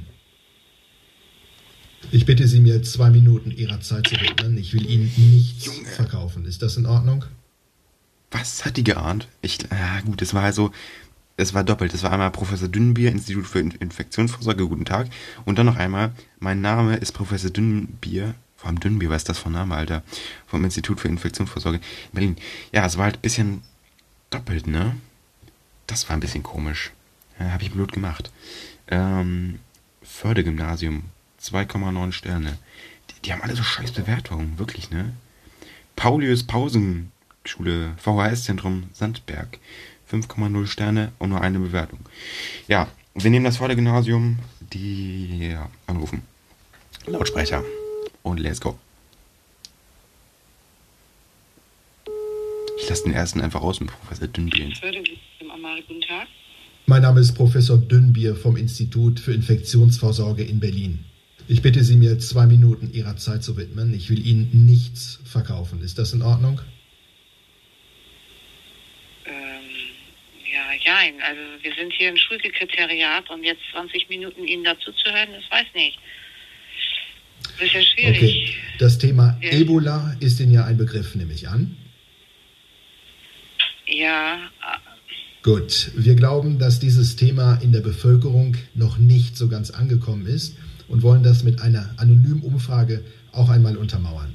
Ich bitte Sie, mir 2 Minuten Ihrer Zeit zu widmen. Ich will Ihnen nichts verkaufen. Ist das in Ordnung? Was hat die geahnt? Gut, es war doppelt. Es war einmal Professor Dünnbier, Institut für Infektionsvorsorge, guten Tag. Und dann noch einmal, mein Name ist Professor Dünnbier, vor allem Dünnbier, was ist das für ein Name, Alter? Vom Institut für Infektionsvorsorge in Berlin. Ja, es war halt ein bisschen doppelt, ne? Das war ein bisschen komisch. Habe ich blöd gemacht. Fördergymnasium, 2,9 Sterne. Die haben alle so scheiß Bewertungen, wirklich, ne? Paulius Pausenschule, VHS-Zentrum Sandberg, 5,0 Sterne und nur eine Bewertung. Ja, wir nehmen das Fördergymnasium, anrufen. Lautsprecher. Und let's go. Ich lasse den ersten einfach raus mit Professor Dünnbier. Guten Tag. Mein Name ist Professor Dünnbier vom Institut für Infektionsvorsorge in Berlin. Ich bitte Sie, mir 2 Minuten Ihrer Zeit zu widmen. Ich will Ihnen nichts verkaufen. Ist das in Ordnung? Also wir sind hier im Schulsekretariat und jetzt 20 Minuten Ihnen dazu zu hören, das weiß nicht. Das ist ja schwierig. Okay, das Thema Ebola ist Ihnen ja ein Begriff, nehme ich an. Ja. Gut, wir glauben, dass dieses Thema in der Bevölkerung noch nicht so ganz angekommen ist und wollen das mit einer anonymen Umfrage auch einmal untermauern.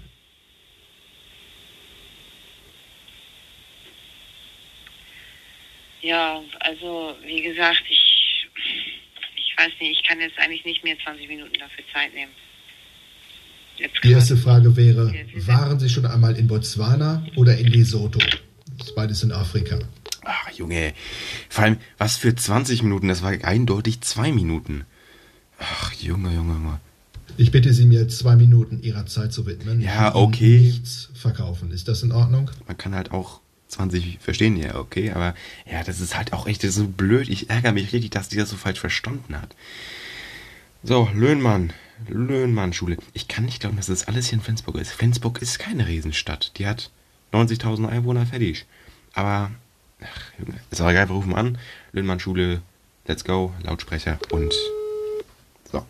Ja, also wie gesagt, ich weiß nicht, ich kann jetzt eigentlich nicht mehr 20 Minuten dafür Zeit nehmen. Die erste Frage wäre, waren Sie schon einmal in Botswana oder in Lesotho? Das ist beides in Afrika. Ach, Junge. Vor allem, was für 20 Minuten? Das war eindeutig 2 Minuten. Ach, Junge. Ich bitte Sie, mir 2 Minuten Ihrer Zeit zu widmen. Ja, okay. Nichts verkaufen. Ist das in Ordnung? Man kann halt auch 20 verstehen, ja, okay. Aber ja, das ist halt auch echt so blöd. Ich ärgere mich richtig, dass die das so falsch verstanden hat. So, Löhnmann-Schule. Ich kann nicht glauben, dass das alles hier in Flensburg ist. Flensburg ist keine Riesenstadt. Die hat 90.000 Einwohner, fertig. Aber, Junge, ist auch egal, wir rufen an. Löhnmann-Schule, let's go, Lautsprecher und so.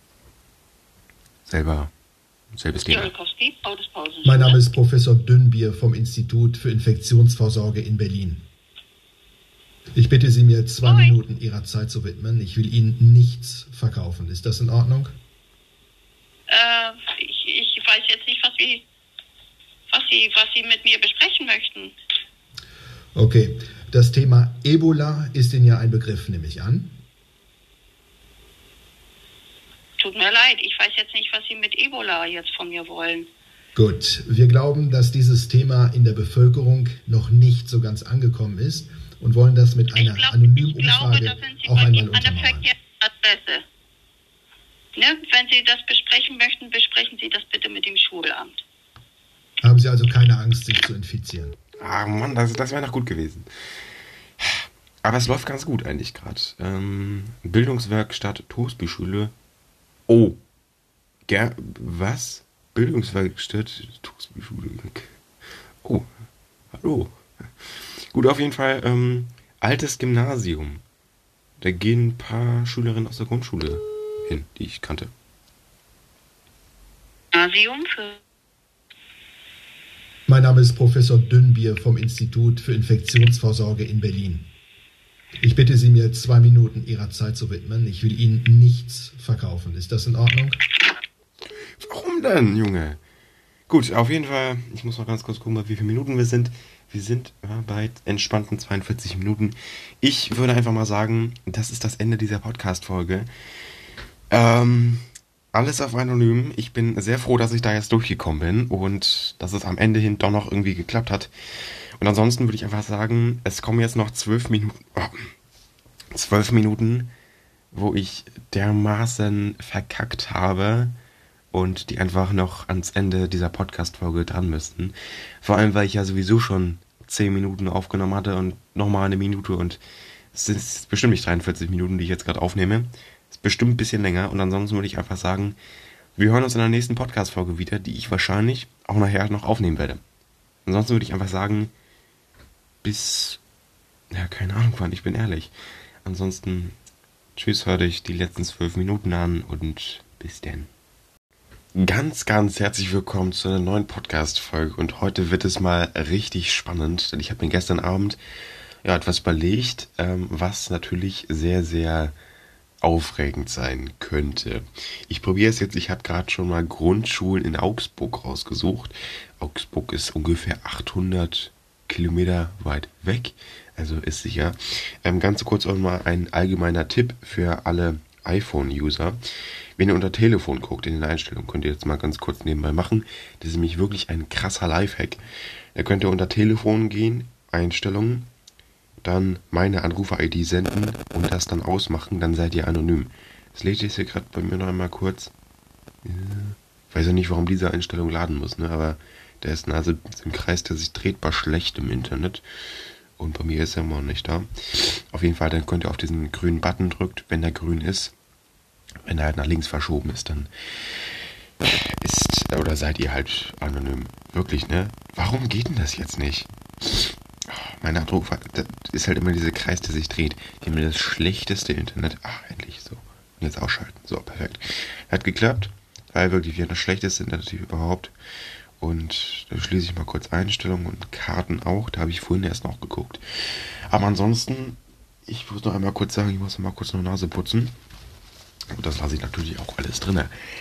Selbes Thema. Mein Name ist Professor Dünnbier vom Institut für Infektionsvorsorge in Berlin. Ich bitte Sie, mir 2 Minuten Ihrer Zeit zu widmen. Ich will Ihnen nichts verkaufen. Ist das in Ordnung? Ich weiß jetzt nicht, was Sie mit mir besprechen möchten. Okay, das Thema Ebola ist Ihnen ja ein Begriff, nehme ich an. Tut mir leid, ich weiß jetzt nicht, was Sie mit Ebola jetzt von mir wollen. Gut, wir glauben, dass dieses Thema in der Bevölkerung noch nicht so ganz angekommen ist und wollen das mit einer anonymen Umfrage auch einmal untermauern. Adresse. Ne? Wenn Sie das besprechen möchten, besprechen Sie das bitte mit dem Schulamt. Haben Sie also keine Angst, sich zu infizieren? Ah Mann, das wäre noch gut gewesen. Aber es läuft ganz gut eigentlich gerade. Bildungswerkstatt Toastby-Schule. Oh. Was? Bildungswerkstatt Toastby-Schule. Oh. Hallo. Gut, auf jeden Fall altes Gymnasium. Da gehen ein paar Schülerinnen aus der Grundschule hin, die ich kannte. Gymnasium für... Mein Name ist Professor Dünnbier vom Institut für Infektionsvorsorge in Berlin. Ich bitte Sie, mir 2 Minuten Ihrer Zeit zu widmen. Ich will Ihnen nichts verkaufen. Ist das in Ordnung? Warum denn, Junge? Gut, auf jeden Fall, ich muss noch ganz kurz gucken, bei wie viele Minuten wir sind. Wir sind bei entspannten 42 Minuten. Ich würde einfach mal sagen, das ist das Ende dieser Podcast-Folge. Alles auf anonym. Ich bin sehr froh, dass ich da jetzt durchgekommen bin und dass es am Ende hin doch noch irgendwie geklappt hat. Und ansonsten würde ich einfach sagen, es kommen jetzt noch 12 Minuten. 12 Minuten, wo ich dermaßen verkackt habe und die einfach noch ans Ende dieser Podcast-Folge dran müssten. Vor allem, weil ich ja sowieso schon 10 Minuten aufgenommen hatte und nochmal eine Minute und es sind bestimmt nicht 43 Minuten, die ich jetzt gerade aufnehme. Es ist bestimmt ein bisschen länger und ansonsten würde ich einfach sagen, wir hören uns in der nächsten Podcast-Folge wieder, die ich wahrscheinlich auch nachher noch aufnehmen werde. Ansonsten würde ich einfach sagen, bis, ja, keine Ahnung wann, ich bin ehrlich. Ansonsten, tschüss, hör dich die letzten 12 Minuten an und bis denn. Ganz, ganz herzlich willkommen zu einer neuen Podcast-Folge und heute wird es mal richtig spannend, denn ich habe mir gestern Abend etwas überlegt, was natürlich sehr, sehr aufregend sein könnte. Ich probiere es jetzt, ich habe gerade schon mal Grundschulen in Augsburg rausgesucht. Augsburg ist ungefähr 800 Kilometer weit weg, also ist sicher. Ganz kurz auch mal ein allgemeiner Tipp für alle iPhone-User. Wenn ihr unter Telefon guckt in den Einstellungen, könnt ihr jetzt mal ganz kurz nebenbei machen. Das ist nämlich wirklich ein krasser Lifehack. Da könnt ihr unter Telefon gehen, Einstellungen, dann meine Anrufer-ID senden und das dann ausmachen, dann seid ihr anonym. Das lädt jetzt hier gerade bei mir noch einmal kurz. Ich weiß ja nicht, warum diese Einstellung laden muss, ne? Aber der ist also im Kreis, der sich dreht, war schlecht im Internet. Und bei mir ist er immer noch nicht da. Auf jeden Fall, dann könnt ihr auf diesen grünen Button drückt, wenn der grün ist. Wenn er halt nach links verschoben ist, dann oder seid ihr halt anonym. Wirklich, ne? Warum geht denn das jetzt nicht? Mein Eindruck das ist halt immer dieser Kreis, der sich dreht. Die haben das schlechteste Internet. Ach, endlich so. Und jetzt ausschalten. So, perfekt. Hat geklappt. Weil wirklich wir das schlechteste Internet überhaupt. Und da schließe ich mal kurz Einstellungen und Karten auch. Da habe ich vorhin erst noch geguckt. Aber ansonsten, ich muss noch einmal kurz sagen, ich muss noch mal kurz noch Nase putzen. Und das lasse ich natürlich auch alles drin.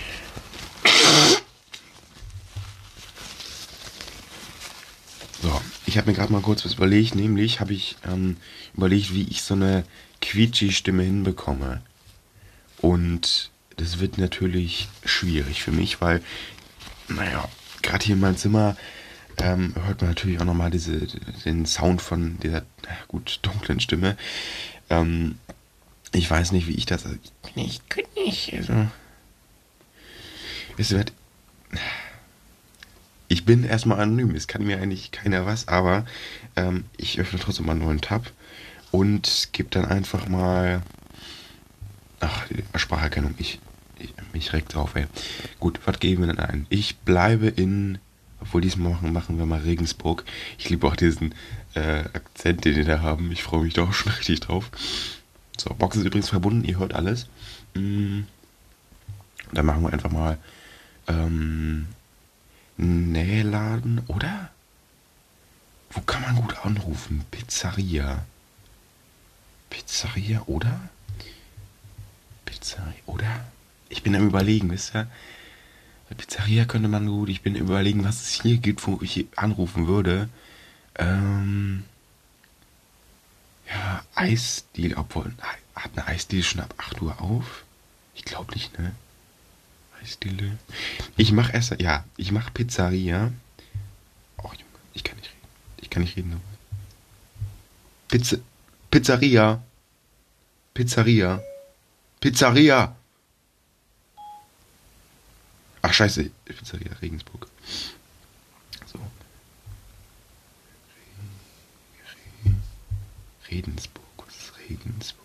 So, ich habe mir gerade mal kurz was überlegt. Nämlich habe ich überlegt, wie ich so eine Quietschi-Stimme hinbekomme. Und das wird natürlich schwierig für mich, weil, gerade hier in meinem Zimmer hört man natürlich auch nochmal den Sound von dieser, dunklen Stimme. Ich weiß nicht, wie ich das... Ich könnte nicht. Also, ich bin erstmal anonym. Es kann mir eigentlich keiner was, aber ich öffne trotzdem mal einen neuen Tab und gebe dann einfach mal... Spracherkennung. Mich regt auf, ey. Gut, was geben wir denn ein? Ich bleibe in... Obwohl, diesmal machen wir mal Regensburg. Ich liebe auch diesen Akzent, den die da haben. Ich freue mich da auch schon richtig drauf. So, Box ist übrigens verbunden, ihr hört alles. Dann machen wir einfach mal Nähladen, oder? Wo kann man gut anrufen? Pizzeria. Pizzeria, oder? Pizzeria, oder? Ich bin am Überlegen, wisst ihr? Bei Pizzeria könnte man gut, ich bin am Überlegen, was es hier gibt, wo ich anrufen würde. Eisdiele, obwohl, hat eine Eisdiele schon ab 8 Uhr auf? Ich glaube nicht, ne? Eisdiele. Ich mache Pizzeria. Oh, Junge, ich kann nicht reden. Ich kann nicht reden. Pizzeria. Ach, scheiße. Pizzeria Regensburg. So. Regensburg. Was ist Regensburg?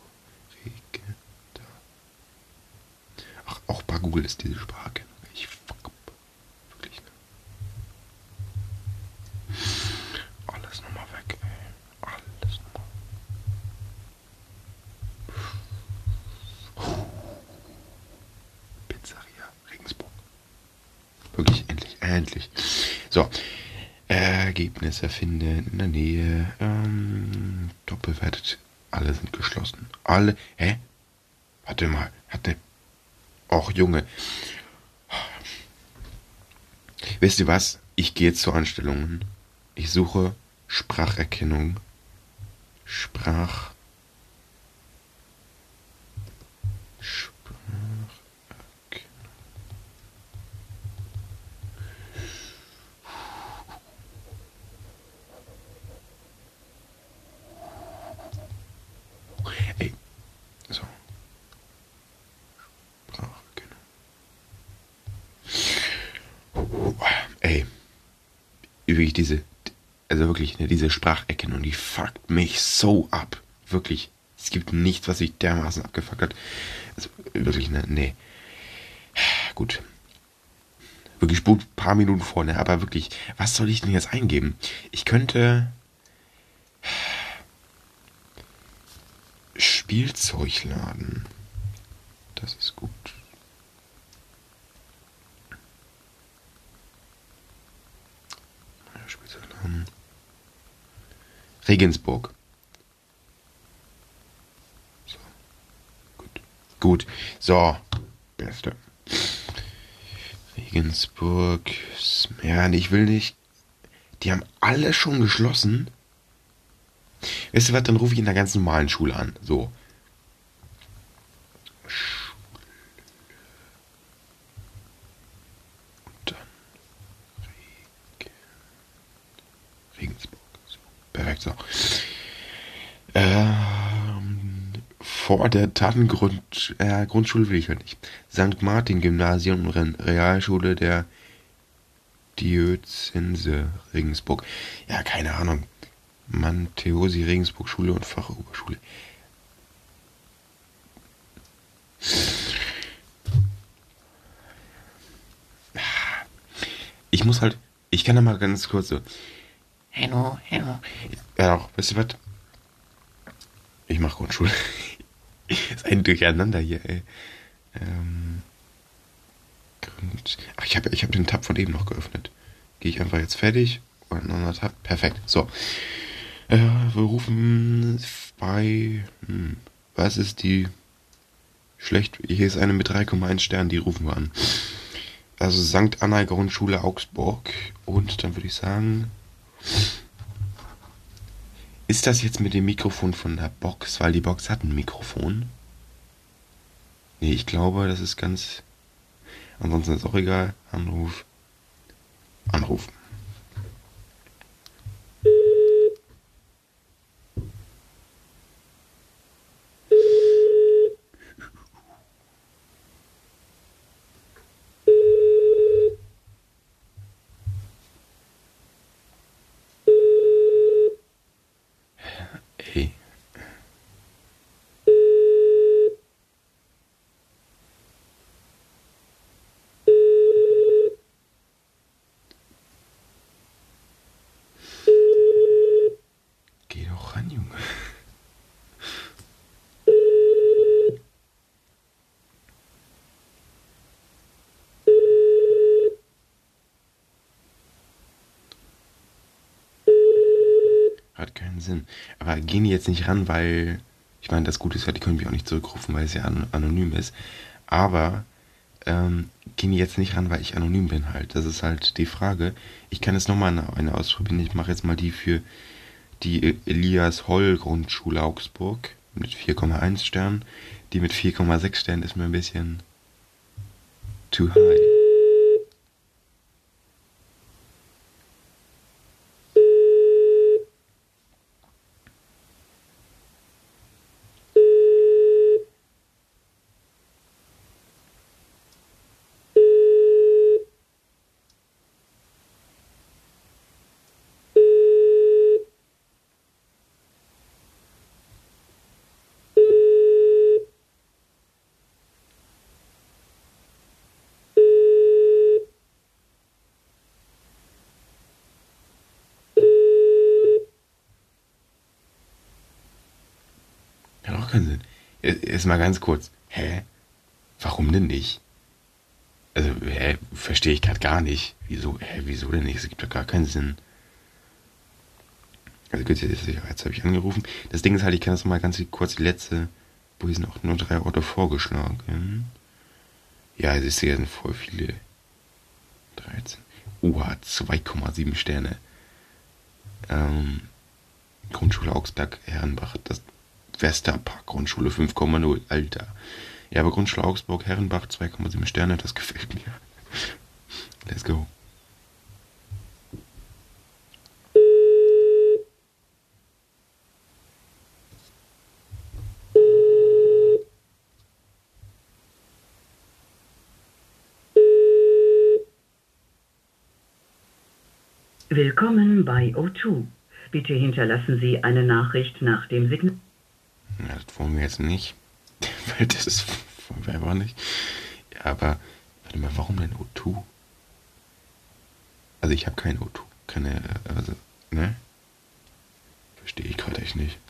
Ach, auch bei Google ist diese Sprache. Ich fuck up. Wirklich, ne? Alles nochmal weg, ey. Alles nochmal. Pizzeria Regensburg. Wirklich, endlich. So. Ergebnisse finden in der Nähe. Doppelwertet. Alle sind geschlossen. Alle. Hä? Warte mal. Och, Junge. Wisst ihr was? Ich gehe jetzt zu Einstellungen. Ich suche Spracherkennung. Ey, so. Spracherkennung. Ey, wirklich diese Spracherkennung, die fuckt mich so ab. Wirklich. Es gibt nichts, was sich dermaßen abgefuckt hat. Also, wirklich, ne? Nee. Gut. Wirklich ein paar Minuten vorne, aber wirklich, was soll ich denn jetzt eingeben? Ich könnte Spielzeug laden. Das ist gut. Spielzeug laden. Regensburg. So. Gut. So. Beste. Regensburg. Ja, ich will nicht. Die haben alle schon geschlossen. Weißt du was, dann rufe ich in der ganz normalen Schule an. So. Und dann Regensburg. So. Perfekt, so. Vor der Grundschule will ich halt nicht. St. Martin Gymnasium und Realschule der Diözese Regensburg. Ja, keine Ahnung. Manteosi Regensburg Schule und Fachoberschule. Ich kann da mal ganz kurz so. Hallo. Ja, doch, weißt du was? Ich mach Grundschule. Ist ein Durcheinander hier, ey. Ach, ich hab den Tab von eben noch geöffnet. Gehe ich einfach jetzt fertig und ein anderer Tab. Perfekt. So. Wir rufen bei. Was ist die. Schlecht. Hier ist eine mit 3,1 Sternen, die rufen wir an. Also St. Anna Grundschule Augsburg. Und dann würde ich sagen. Ist das jetzt mit dem Mikrofon von der Box? Weil die Box hat ein Mikrofon. Nee, ich glaube, das ist ganz. Ansonsten ist auch egal. Anruf. Ey. Geh doch ran, Junge. Hat keinen Sinn. Aber gehen die jetzt nicht ran, weil... Ich meine, das Gute ist ja, die können mich auch nicht zurückrufen, weil es ja anonym ist. Aber gehen die jetzt nicht ran, weil ich anonym bin halt. Das ist halt die Frage. Ich kann jetzt nochmal eine ausprobieren. Ich mache jetzt mal die für die Elias Holl Grundschule Augsburg mit 4,1 Sternen. Die mit 4,6 Sternen ist mir ein bisschen too high. Hat auch keinen Sinn. Jetzt mal ganz kurz. Hä? Warum denn nicht? Also, verstehe ich gerade gar nicht. Wieso denn nicht? Es gibt doch gar keinen Sinn. Also gut, jetzt habe ich angerufen. Das Ding ist halt, ich kann das mal ganz kurz die letzte, wo hier sind auch nur 3 Orte vorgeschlagen. Ja, es sind voll viele. 13. Oha, 2,7 Sterne. Grundschule Augsberg, Herrenbach, das Westerpark Grundschule 5,0, Alter. Ja, aber Grundschule Augsburg, Herrenbach, 2,7 Sterne, das gefällt mir. Let's go. Willkommen bei O2. Bitte hinterlassen Sie eine Nachricht nach dem Signal. Ja, das wollen wir jetzt nicht. Weil das wollen wir einfach nicht. Ja, aber, warte mal, warum denn O2? Also ich habe kein O2. Keine, also, ne? Verstehe ich gerade echt nicht.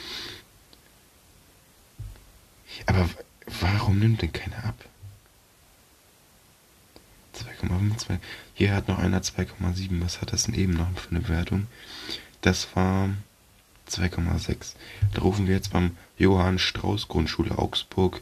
Aber warum nimmt denn keiner ab? 2,5. Hier hat noch einer 2,7. Was hat das denn eben noch für eine Wertung? Das war 2,6. Da rufen wir jetzt beim Johann Strauß Grundschule Augsburg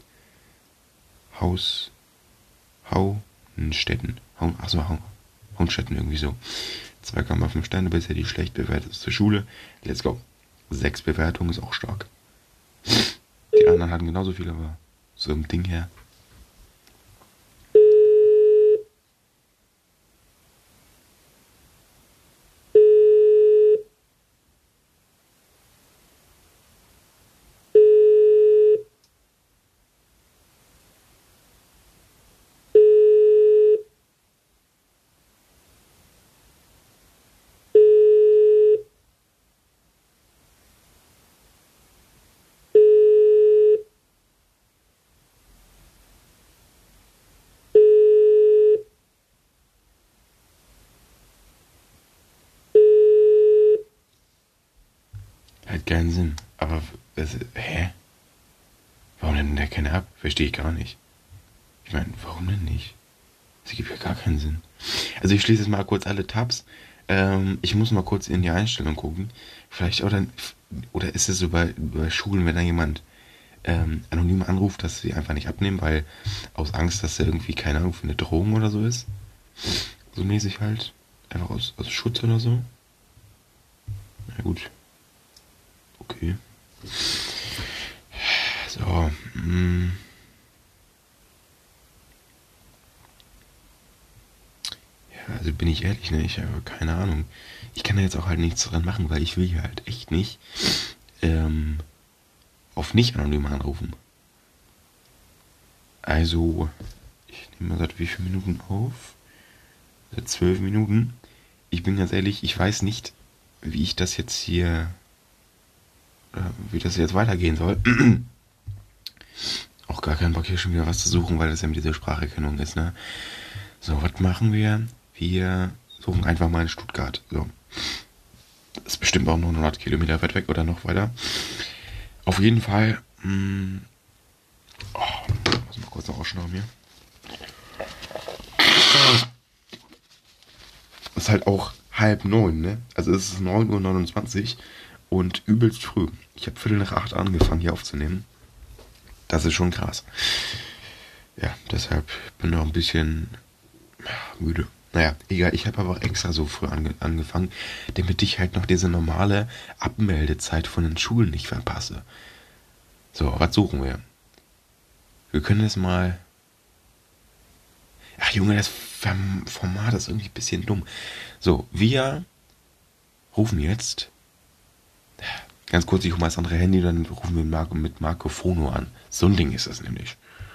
Hauenstetten. Hauenstetten irgendwie so. 2,5 Sterne, bisher die schlecht bewertete Schule. Let's go. 6 Bewertungen ist auch stark. Die anderen hatten genauso viel, aber so im Ding her. Hat keinen Sinn. Aber, warum denn der keine ab? Verstehe ich gar nicht. Ich meine, warum denn nicht? Das gibt ja gar keinen Sinn. Also ich schließe jetzt mal kurz alle Tabs. Ich muss mal kurz in die Einstellung gucken. Vielleicht oder ist es so bei Schulen, wenn da jemand anonym anruft, dass sie einfach nicht abnehmen, weil aus Angst, dass er irgendwie, keine Ahnung, für eine Drohung oder so ist. So mäßig halt. Einfach aus Schutz oder so. Na gut. Okay. So. Ja, also bin ich ehrlich, ne? Ich habe keine Ahnung. Ich kann da jetzt auch halt nichts dran machen, weil ich will hier halt echt nicht auf nicht anonym anrufen. Also, ich nehme mal seit wie viele Minuten auf? Seit 12 Minuten. Ich bin ganz ehrlich, ich weiß nicht, wie ich das jetzt hier wie das jetzt weitergehen soll. Auch gar keinen Bock hier schon wieder was zu suchen, weil das ja mit dieser Spracherkennung ist, ne? So, was machen wir? Wir suchen einfach mal in Stuttgart. So. Das ist bestimmt auch nur 100 Kilometer weit weg oder noch weiter. Auf jeden Fall. Muss mal kurz noch ausschnauben hier. Ist halt auch 8:30, ne? Also es ist 9:29 Uhr und übelst früh. Ich habe 7:45 angefangen hier aufzunehmen. Das ist schon krass. Ja, deshalb bin ich noch ein bisschen müde. Naja, egal, ich habe aber auch extra so früh angefangen, damit ich halt noch diese normale Abmeldezeit von den Schulen nicht verpasse. So, was suchen wir? Wir können jetzt mal... Ach Junge, das Format ist irgendwie ein bisschen dumm. So, wir rufen jetzt... Ganz kurz, ich hole mal das andere Handy, dann rufen wir mit Marco Fono an. So ein Ding ist das nämlich.